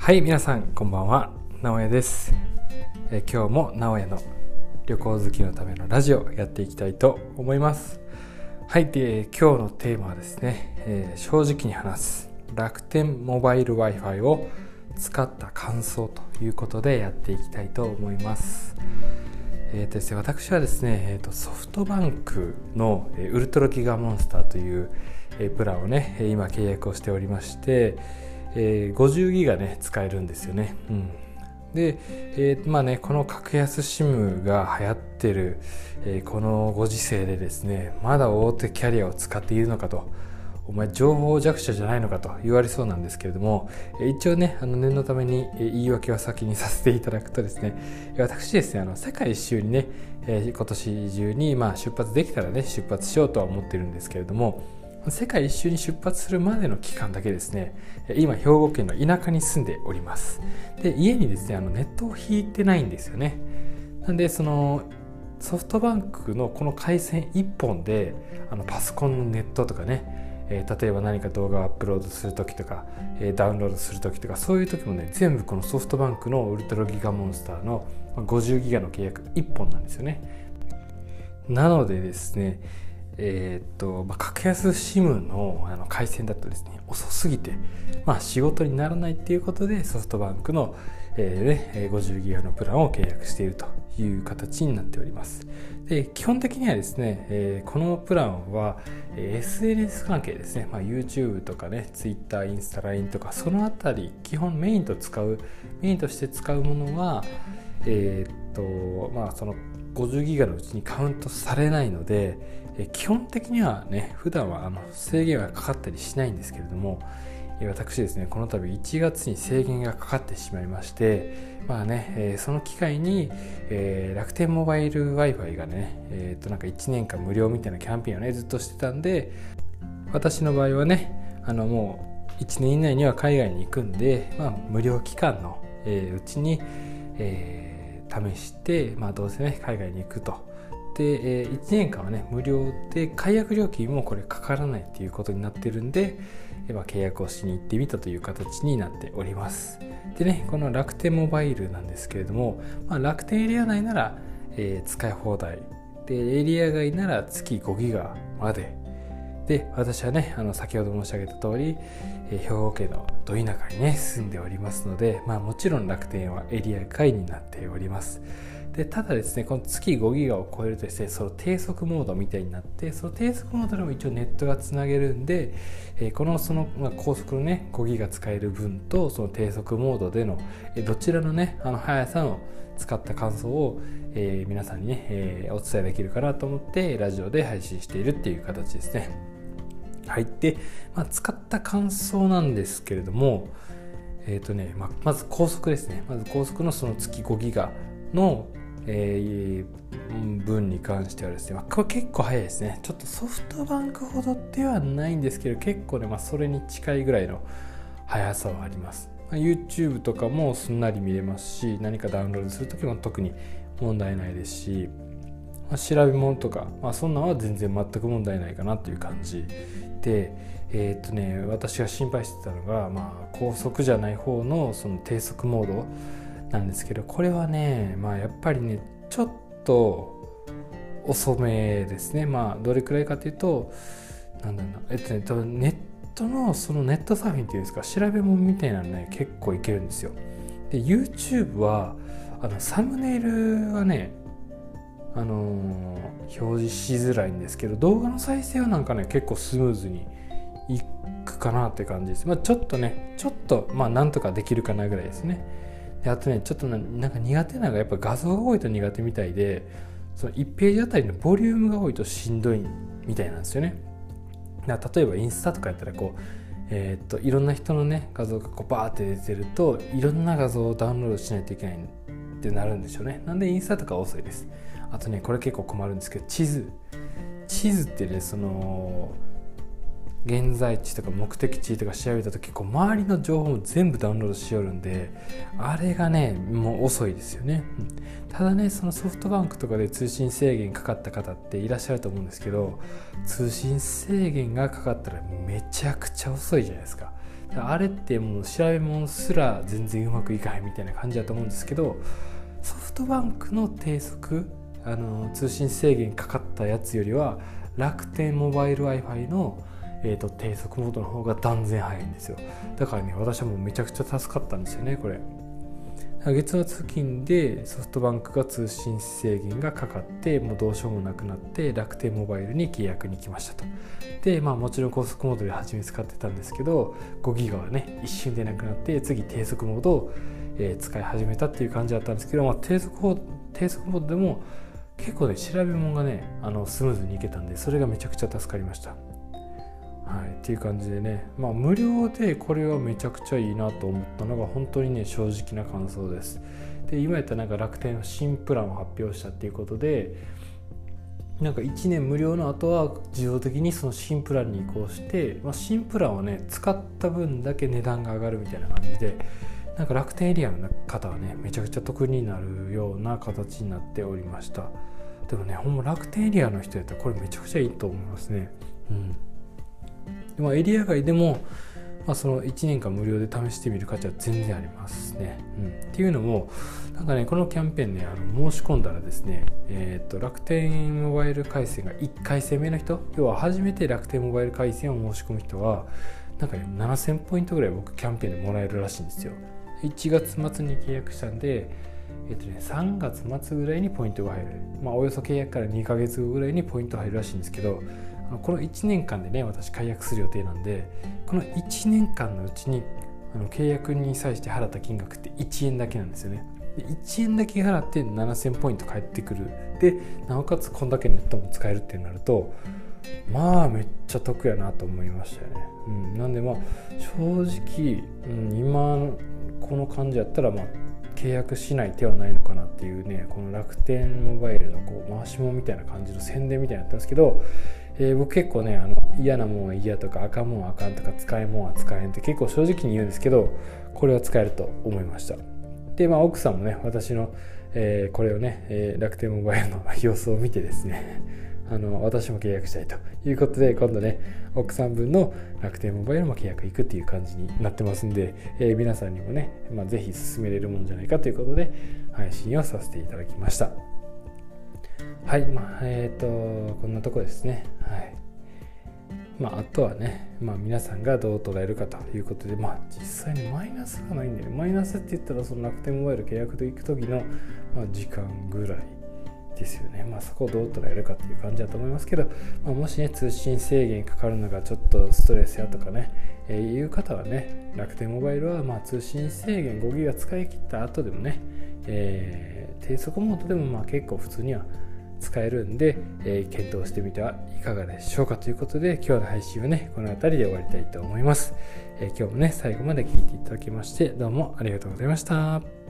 はい、皆さんこんばんは、直哉です。今日も直哉の旅行好きのためのラジオやっていきたいと思います。はい、で今日のテーマはですね、正直に話す楽天モバイル Wi-Fi を使った感想ということでやっていきたいと思います。ですね、私はですね、ソフトバンクのウルトラギガモンスターというプランをね今契約をしておりまして、50ギガね使えるんですよね。で、この格安 SIM が流行ってる、このご時世でですね、まだ大手キャリアを使っているのかと、お前情報弱者じゃないのかと言われそうなんですけれども、一応ね念のために言い訳は先にさせていただくとですね、私ですね世界一周にね、今年中に出発できたらね出発しようとは思ってるんですけれども、世界一周に出発するまでの期間だけですね、今兵庫県の田舎に住んでおります。で、家にですねネットを引いてないんですよね。なんでそのソフトバンクのこの回線1本でパソコンのネットとかね、例えば何か動画をアップロードするときとか、ダウンロードするときとか、そういうときもね全部このソフトバンクのウルトラギガモンスターの50ギガの契約1本なんですよね。なのでですね、格安 SIM の回線だとですね遅すぎて、仕事にならないっていうことでソフトバンクの、50ギガのプランを契約しているという形になっております。で、基本的にはですね、このプランは、SNS 関係ですね、YouTube とかね Twitter、インスタ、LINE とかそのあたり基本メインとして使うものはその50ギガのうちにカウントされないので、基本的にはね普段は制限はかかったりしないんですけれども、私ですねこの度1月に制限がかかってしまいまして、その機会に、楽天モバイル Wi-Fi がね、1年間無料みたいなキャンペーンをねずっとしてたんで、私の場合はねもう1年以内には海外に行くんで、無料期間の、うちに、試して、どうせね海外に行くと。で、1年間はね無料で解約料金もこれかからないっていうことになってるんで、契約をしに行ってみたという形になっております。でね、この楽天モバイルなんですけれども、楽天エリア内なら、使い放題で、エリア外なら月5ギガまでで、私はね先ほど申し上げた通り、兵庫県のど田舎にね住んでおりますので、もちろん楽天はエリア外になっております。で、ただですねこの月5ギガを超えるとですね、その低速モードみたいになって、その低速モードでも一応ネットがつなげるんで、高速のね5ギガ使える分とその低速モードでのどちらのね速さの使った感想を、皆さんにね、お伝えできるかなと思ってラジオで配信しているっていう形ですね。はい。で、使った感想なんですけれども、まず高速ですね。まず高速のその月5ギガの、分に関してはですね、これ結構速いですね。ちょっとソフトバンクほどではないんですけど、結構ね、それに近いぐらいの速さはあります。YouTube とかもすんなり見れますし、何かダウンロードするときも特に問題ないですし、調べ物とか、そんなのは全然全く問題ないかなという感じで、私が心配してたのが、高速じゃない方のその低速モードなんですけど、これはね、やっぱりねちょっと遅めですね。どれくらいかというと、多分ネットのそのネットサーフィンっていうんですか、調べ物みたいなのね結構いけるんですよ。で YouTube はサムネイルはね表示しづらいんですけど、動画の再生は結構スムーズにいくかなって感じです。ちょっとなんとかできるかなぐらいですね。で、あとねちょっと苦手なのがやっぱ画像が多いと苦手みたいで、その1ページあたりのボリュームが多いとしんどいみたいなんですよね。例えばインスタとかやったらいろんな人のね画像がバーって出てると、いろんな画像をダウンロードしないといけないってなるんでしょうね。なんでインスタとか遅いです。あとねこれ結構困るんですけど、地図ってね、その現在地とか目的地とか調べた時周りの情報も全部ダウンロードしよるんで、あれがねもう遅いですよね。ただねそのソフトバンクとかで通信制限かかった方っていらっしゃると思うんですけど、通信制限がかかったらめちゃくちゃ遅いじゃないですか。 あれってもう調べ物すら全然うまくいかへんみたいな感じだと思うんですけど、ソフトバンクの低速通信制限かかったやつよりは楽天モバイル Wi-Fi の、低速モードの方が断然早いんですよ。だからね、私はもうめちゃくちゃ助かったんですよねこれ。月額金でソフトバンクが通信制限がかかってもうどうしようもなくなって楽天モバイルに契約に来ましたと。でもちろん高速モードで初め使ってたんですけど、5ギガはね一瞬でなくなって次低速モードを、使い始めたっていう感じだったんですけど、低速モードでも結構ね調べ物がねスムーズにいけたんで、それがめちゃくちゃ助かりました。っていう感じでね、無料でこれはめちゃくちゃいいなと思ったのが本当にね正直な感想です。で今やったら楽天の新プランを発表したっていうことで、1年無料の後は自動的にその新プランに移行して、新プランはね使った分だけ値段が上がるみたいな感じで、楽天エリアの方はねめちゃくちゃ得になるような形になっておりました。でもねほんま楽天エリアの人やったらこれめちゃくちゃいいと思いますね。エリア外でも、その1年間無料で試してみる価値は全然ありますね。っていうのもこのキャンペーンね申し込んだらですね、楽天モバイル回線が1回戦目の人、要は初めて楽天モバイル回線を申し込む人は7000ポイントぐらい僕キャンペーンでもらえるらしいんですよ。1月末に契約したんで、3月末ぐらいにポイントが入る、およそ契約から2ヶ月後ぐらいにポイント入るらしいんですけど、この1年間でね私解約する予定なんで、この1年間のうちに契約に際して払った金額って1円だけなんですよね。で1円だけ払って7000ポイント返ってくる。でなおかつこんだけネットも使えるってなるとめっちゃ得やなと思いましたよね。なんで正直、今この感じやったら契約しない手はないのかなっていうね、この楽天モバイルの回しもみたいな感じの宣伝みたいになったんですけど、僕結構ね嫌なもんは嫌とかあかんもんはあかんとか使えんもんは使えへんって結構正直に言うんですけど、これは使えると思いました。で奥さんもね私の、これをね、楽天モバイルの様子を見てですね私も契約したいということで、今度ね奥さん分の楽天モバイルも契約いくっていう感じになってますんで、皆さんにもね、ぜひ進めれるものじゃないかということで配信をさせていただきました。こんなとこですね。あとはね、皆さんがどう捉えるかということで、実際にマイナスがないんで、マイナスって言ったらその楽天モバイル契約で行く時の、時間ぐらいですよね。そこをどう捉えるかっていう感じだと思いますけど、もしね通信制限かかるのがちょっとストレスやとかね、いう方はね楽天モバイルは通信制限5ギガ使い切った後でもね、低速モードでも結構普通には使えるんで、検討してみてはいかがでしょうかということで、今日の配信はねこの辺りで終わりたいと思います。今日もね最後まで聞いていただきましてどうもありがとうございました。